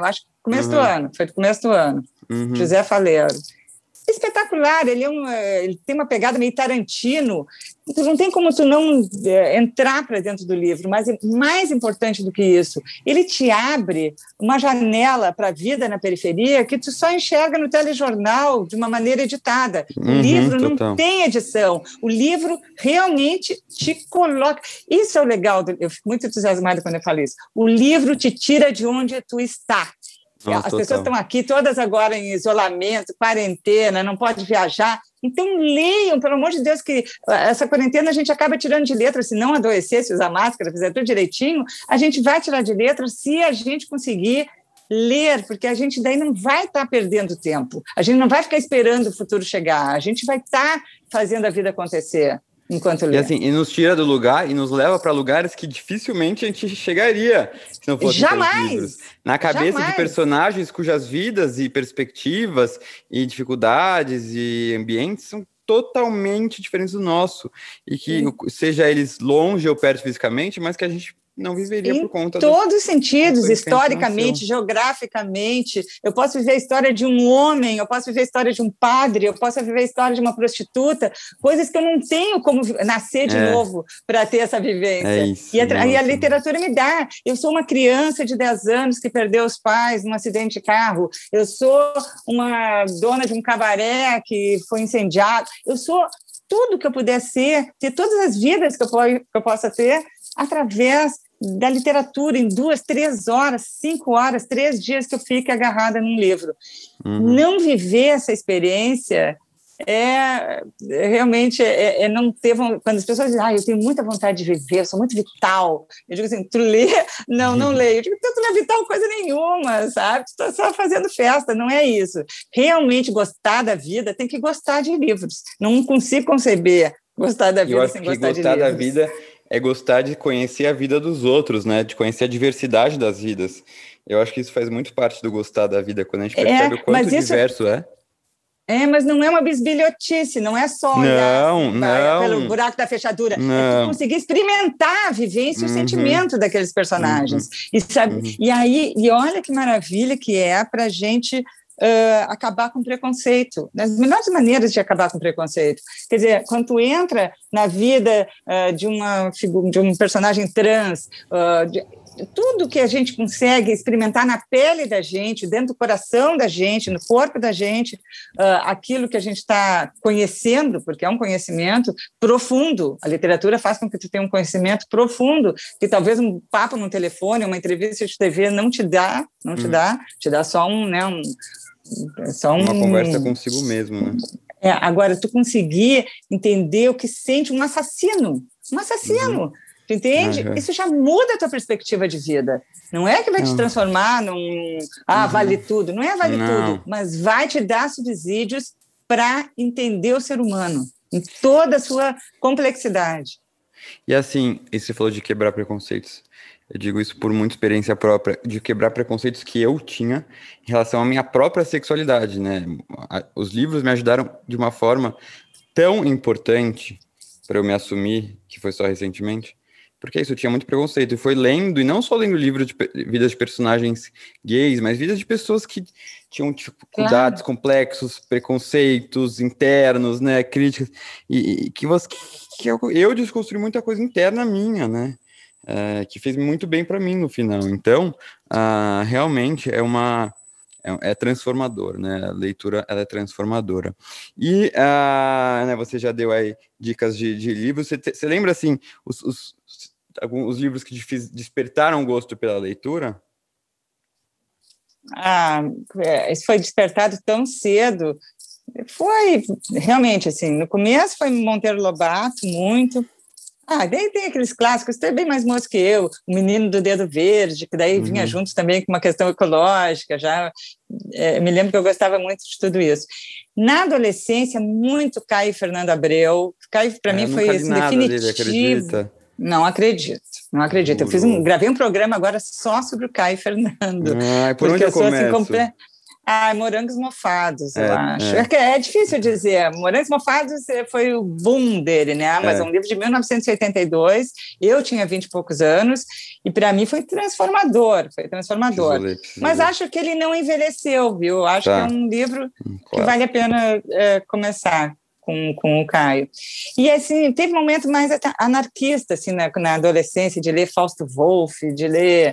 começo uhum. do ano, foi do começo do ano. Uhum. José Faleiro. Espetacular, ele, é um, ele tem uma pegada meio Tarantino, então não tem como tu não é, entrar para dentro do livro, mas mais importante do que isso, ele te abre uma janela para a vida na periferia que tu só enxerga no telejornal de uma maneira editada. O Uhum, livro total. não tem edição, o livro realmente te coloca. Isso é o legal, do, eu fico muito entusiasmada quando eu falo isso, o livro te tira de onde tu está. Oh, As total. pessoas estão aqui todas agora em isolamento, quarentena, não pode viajar. Então, leiam, pelo amor de Deus, que essa quarentena a gente acaba tirando de letra, se não adoecer, se usar máscara, fizer tudo direitinho, a gente vai tirar de letra se a gente conseguir ler, porque a gente daí não vai estar perdendo tempo, a gente não vai ficar esperando o futuro chegar, a gente vai estar fazendo a vida acontecer. Enquanto lê. E assim, e nos tira do lugar e nos leva para lugares que dificilmente a gente chegaria se não fossem Jamais! livros. Na cabeça Jamais. de personagens cujas vidas e perspectivas e dificuldades e ambientes são totalmente diferentes do nosso. E que, Sim. seja eles longe ou perto fisicamente, mas que a gente não viveria em por conta todos os sentidos, historicamente, nasceu. geograficamente. Eu posso viver a história de um homem, eu posso viver a história de um padre, eu posso viver a história de uma prostituta, coisas que eu não tenho como nascer de é. novo para ter essa vivência. É isso, e, a, e a literatura me dá. Eu sou uma criança de dez anos que perdeu os pais num acidente de carro, eu sou uma dona de um cabaré que foi incendiado, eu sou tudo que eu puder ser, ter todas as vidas que eu, que eu possa ter através da literatura, em duas, três horas, cinco horas, três dias que eu fique agarrada num livro. Uhum. Não viver essa experiência é realmente é, é não ter... Quando as pessoas dizem, ah, eu tenho muita vontade de viver, eu sou muito vital. Eu digo assim, tu lê? Não, não leio. Eu digo, tu não é vital coisa nenhuma, sabe? Tu tá só fazendo festa, não é isso. Realmente gostar da vida tem que gostar de livros. Não consigo conceber gostar da vida sem gostar de livros. Eu acho que gostar da vida é gostar de conhecer a vida dos outros, né? De conhecer a diversidade das vidas. Eu acho que isso faz muito parte do gostar da vida, quando a gente percebe é, o quanto isso... diverso é. É, mas não é uma bisbilhotice, não é só olhar não, assim, não, pelo buraco da fechadura. Não. É tu conseguir experimentar a vivência e uhum. o sentimento daqueles personagens. Uhum. E, sabe, uhum. e aí, e olha que maravilha que é para a gente uh, acabar com preconceito. As melhores maneiras de acabar com preconceito. Quer dizer, quando tu entra na vida uh, de, uma figura, de um personagem trans, uh, de, tudo que a gente consegue experimentar na pele da gente, dentro do coração da gente, no corpo da gente, uh, aquilo que a gente está conhecendo, porque é um conhecimento profundo. A literatura faz com que tu tenha um conhecimento profundo, que talvez um papo no telefone, uma entrevista de T V não te dá, não te hum. dá, te dá só um, né, um, só um... Uma conversa consigo mesmo, né? É, agora, tu conseguir entender o que sente um assassino, um assassino, uhum. Tu entende? Uhum. Isso já muda a tua perspectiva de vida. Não é que vai te transformar num... Ah, uhum. vale tudo. Não é vale Não. tudo, mas vai te dar subsídios para entender o ser humano em toda a sua complexidade. E assim, e você falou de quebrar preconceitos. Eu digo isso por muita experiência própria, de quebrar preconceitos que eu tinha em relação à minha própria sexualidade, né? Os livros me ajudaram de uma forma tão importante para eu me assumir, que foi só recentemente, porque isso, eu tinha muito preconceito, e foi lendo, e não só lendo livros de vidas de personagens gays, mas vidas de pessoas que tinham dificuldades, claro. complexos, preconceitos internos, né, críticas, e, e que, você, que eu, eu desconstruí muita coisa interna minha, né, é, que fez muito bem para mim no final. Então, ah, realmente é uma... é transformador, né? A leitura, ela é transformadora. E uh, né, você já deu aí dicas de, de livros. Você, te, você lembra, assim, os, os, os livros que despertaram o gosto pela leitura? Ah, isso foi despertado tão cedo. Foi, realmente, assim, no começo foi Monteiro Lobato, muito... Ah, daí tem aqueles clássicos, você é bem mais moço que eu, o Menino do Dedo Verde, que daí uhum. vinha junto também com uma questão ecológica, já é, me lembro que eu gostava muito de tudo isso. Na adolescência, muito Caio Fernando Abreu, Caio para é, mim foi assim, definitivo. Dele, acredita? Não acredito, não acredito. Eu fiz um, gravei um programa agora só sobre o Caio Fernando. Ah, por onde eu começo? Assim, comple... Ah, Morangos Mofados, eu É, acho. é. É. que é difícil dizer. Morangos Mofados eh, foi o boom dele, né? Mas é, É. um livro de mil novecentos e oitenta e dois, eu tinha vinte e poucos anos, e para mim foi transformador, foi transformador. Preciso ler, preciso Mas ler. acho que ele não envelheceu, viu? Acho que é Tá. um livro Hum, que claro. vale a pena eh, começar com, com o Caio. E, assim, teve um momento mais até anarquista, assim, na, na adolescência, de ler Fausto Wolff, de ler...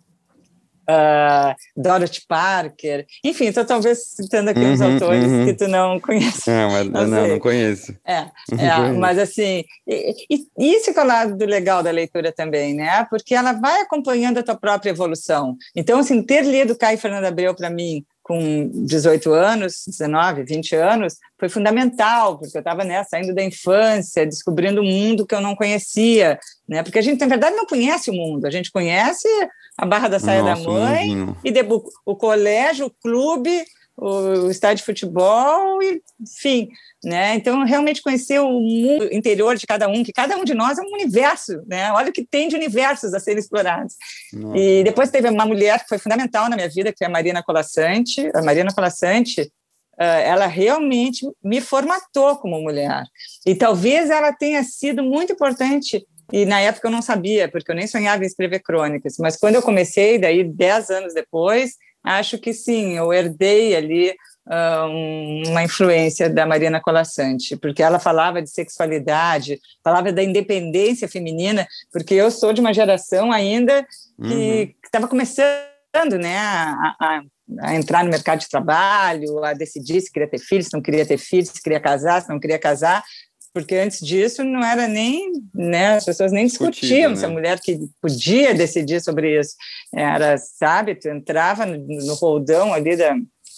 Uh, Dorothy Parker, enfim, estou talvez citando aqui uns Uhum, autores uhum. que tu não conheces. Não, mas, Não não, sei. não conheço. É, Não é conheço. mas assim, e, e isso que é o lado legal da leitura também, né? Porque ela vai acompanhando a tua própria evolução. Então, assim, ter lido Caio Fernando Abreu para mim com dezoito anos, dezenove, vinte anos, foi fundamental, porque eu estava, né, saindo da infância, descobrindo um mundo que eu não conhecia, né? Porque a gente, na verdade, não conhece o mundo, a gente conhece a Barra da Saia Nossa, da Mãe, mundinho. e depois o colégio, o clube, o estádio de futebol, e, enfim, né? Então, realmente conhecer o mundo interior de cada um, que cada um de nós é um universo, né? Olha o que tem de universos a serem explorados. Nossa. E depois teve uma mulher que foi fundamental na minha vida, que foi a Marina Colasanti. A Marina Colasanti, ela realmente me formatou como mulher. E talvez ela tenha sido muito importante. E na época eu não sabia, porque eu nem sonhava em escrever crônicas. Mas quando eu comecei, daí dez anos depois, acho que sim, eu herdei ali uh, uma influência da Marina Colasanti, porque ela falava de sexualidade, falava da independência feminina, porque eu sou de uma geração ainda que estava uhum. começando, né, a, a, a entrar no mercado de trabalho, a decidir se queria ter filhos, se não queria ter filhos, se queria casar, se não queria casar, porque antes disso não era nem, né, as pessoas nem discutiam, né, se a mulher que podia decidir sobre isso. Era, sabe, tu entrava no, no roldão ali da,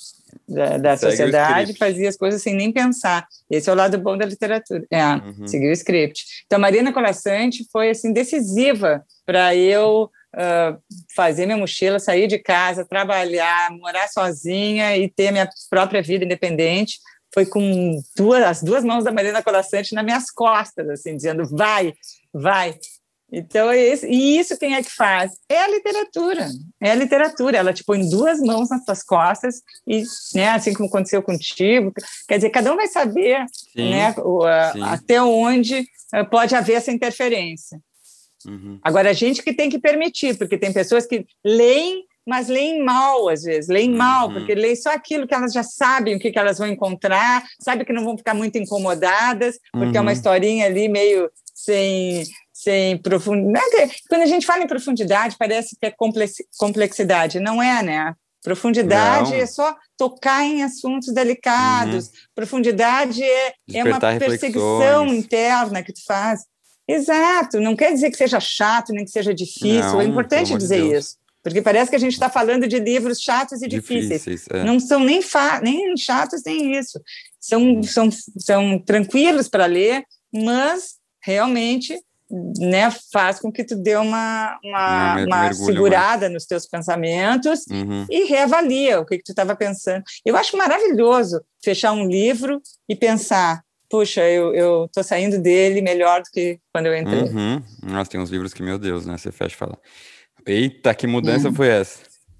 da, da sociedade e fazia as coisas sem nem pensar. Esse é o lado bom da literatura, é, uhum. seguir o script. Então, a Marina Colasanti foi, assim, decisiva para eu uh, fazer minha mochila, sair de casa, trabalhar, morar sozinha e ter minha própria vida independente. Foi com duas, as duas mãos da Marina Colasanti nas minhas costas, assim, dizendo, vai, vai. Então, é isso, e isso quem é que faz? É a literatura, é a literatura, ela te põe duas mãos nas tuas costas, e, né, assim como aconteceu contigo, quer dizer, cada um vai saber, sim, né, o, a, até onde pode haver essa interferência. Uhum. Agora, a gente que tem que permitir, porque tem pessoas que leem, mas leem mal, às vezes, leem uhum. mal, porque leem só aquilo que elas já sabem o que, que elas vão encontrar, sabem que não vão ficar muito incomodadas, porque uhum. é uma historinha ali meio sem, sem profundidade. Quando a gente fala em profundidade, parece que é complexidade. Não é, né? Profundidade não. é só tocar em assuntos delicados. Uhum. Profundidade é, é uma perseguição interna que tu faz. Exato. Não quer dizer que seja chato, nem que seja difícil. Não, é importante dizer de isso. Porque parece que a gente está falando de livros chatos e difíceis. difíceis é. Não são nem, fa- nem chatos, nem isso. São, hum. são, são tranquilos para ler, mas realmente, né, faz com que tu dê uma, uma, Não, uma segurada mais. nos teus pensamentos uhum. e reavalia o que, que tu estava pensando. Eu acho maravilhoso fechar um livro e pensar, puxa, eu estou saindo dele melhor do que quando eu entrei. Uhum. Nossa, tem uns livros que, meu Deus, né, você fecha e fala... Eita, que mudança hum. foi essa?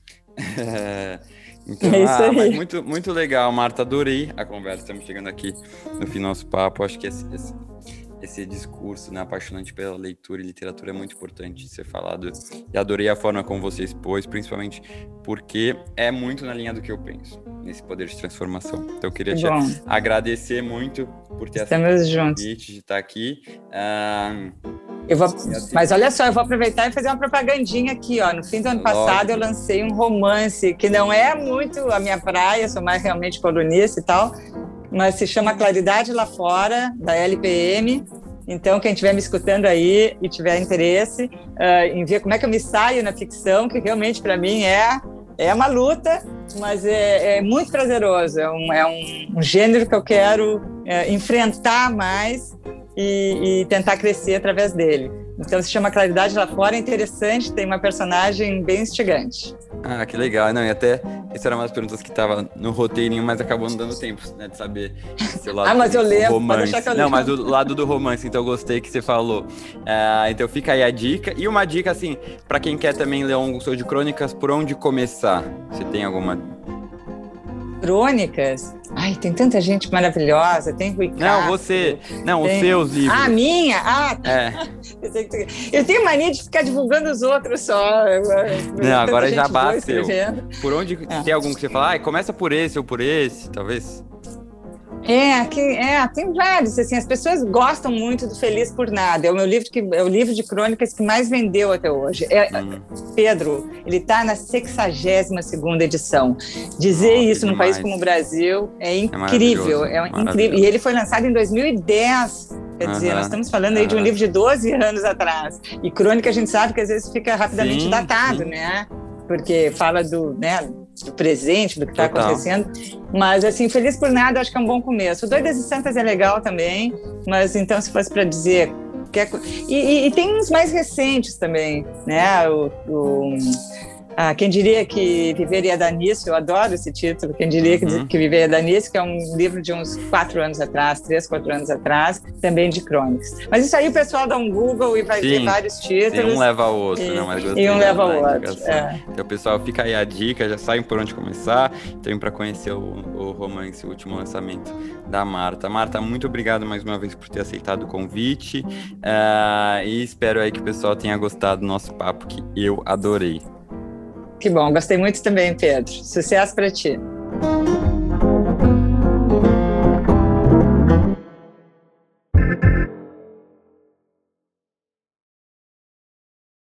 É, então, é isso ah, aí. Mas muito, muito legal, Marta, adorei a conversa, estamos chegando aqui no fim do nosso papo, acho que esse, esse, esse discurso, né, apaixonante pela leitura e literatura é muito importante de ser falado, e adorei a forma como você expôs, principalmente porque é muito na linha do que eu penso, nesse poder de transformação. Então eu queria te Bom. agradecer muito por ter Estamos aceito o convite de estar aqui. Ah, Eu vou, mas olha só, eu vou aproveitar e fazer uma propagandinha aqui, ó. No fim do ano passado, eu lancei um romance que não é muito a minha praia, sou mais realmente colunista e tal, mas se chama Claridade Lá Fora, da L P M. Então, quem estiver me escutando aí e tiver interesse uh, em ver como é que eu me saio na ficção, que realmente para mim é, é uma luta, mas é, é muito prazeroso. É um, é um, um gênero que eu quero é, enfrentar mais E, e tentar crescer através dele. Então se chama Claridade Lá Fora, é interessante, tem uma personagem bem instigante. Ah, que legal. Não, e até, essa era uma das perguntas que estava no roteirinho, mas acabou não dando tempo, né, de saber esse lado ah, mas eu lembro, romance. pode deixar que eu Não, lembro. mas do lado do romance, então eu gostei que você falou. Uh, então fica aí a dica. E uma dica, assim, para quem quer também ler um curso de crônicas, por onde começar? Você tem alguma... crônicas, ai, tem tanta gente maravilhosa, tem Rui Castro. Não, você, não, tem... os seus livros. Ah, minha? Ah, é. Eu tenho mania de ficar divulgando os outros só. Não, agora já basta. Por onde ah. tem algum que você fala, ah, começa por esse ou por esse, talvez? É, que, é, tem vários, assim, as pessoas gostam muito do Feliz por Nada, é o meu livro, que, é o livro de crônicas que mais vendeu até hoje. É, hum. Pedro, ele está na sexagésima segunda edição. Dizer oh, isso num país como o Brasil é incrível, é, é incrível. E ele foi lançado em dois mil e dez, quer uh-huh. dizer, nós estamos falando aí uh-huh. de um livro de doze anos atrás. E crônica a gente sabe que às vezes fica rapidamente sim, datado, sim. né? Porque fala do, né, do presente, do que está acontecendo. Mas, assim, Feliz por Nada, acho que é um bom começo. O Doidas e Santas é legal também, mas, então, se fosse para dizer... Que é... e, e, e tem uns mais recentes também, né? O... o... Ah, Quem Diria Que Viver Ia Dar Nisso, eu adoro esse título, Quem Diria uhum. Que Viver Ia Dar Nisso, que é um livro de uns quatro anos atrás, três, quatro anos atrás, também de crônicas. Mas isso aí o pessoal dá um Google e vai sim, ver vários títulos. Sim, um leva ao outro, e, né? Mas e um leva ao outro. É. Então, pessoal, fica aí a dica, já sabem por onde começar, tem para conhecer o, o romance, o último lançamento da Marta. Marta, muito obrigado mais uma vez por ter aceitado o convite uh, e espero aí que o pessoal tenha gostado do nosso papo, que eu adorei. Que bom, gostei muito também, Pedro. Sucesso para ti.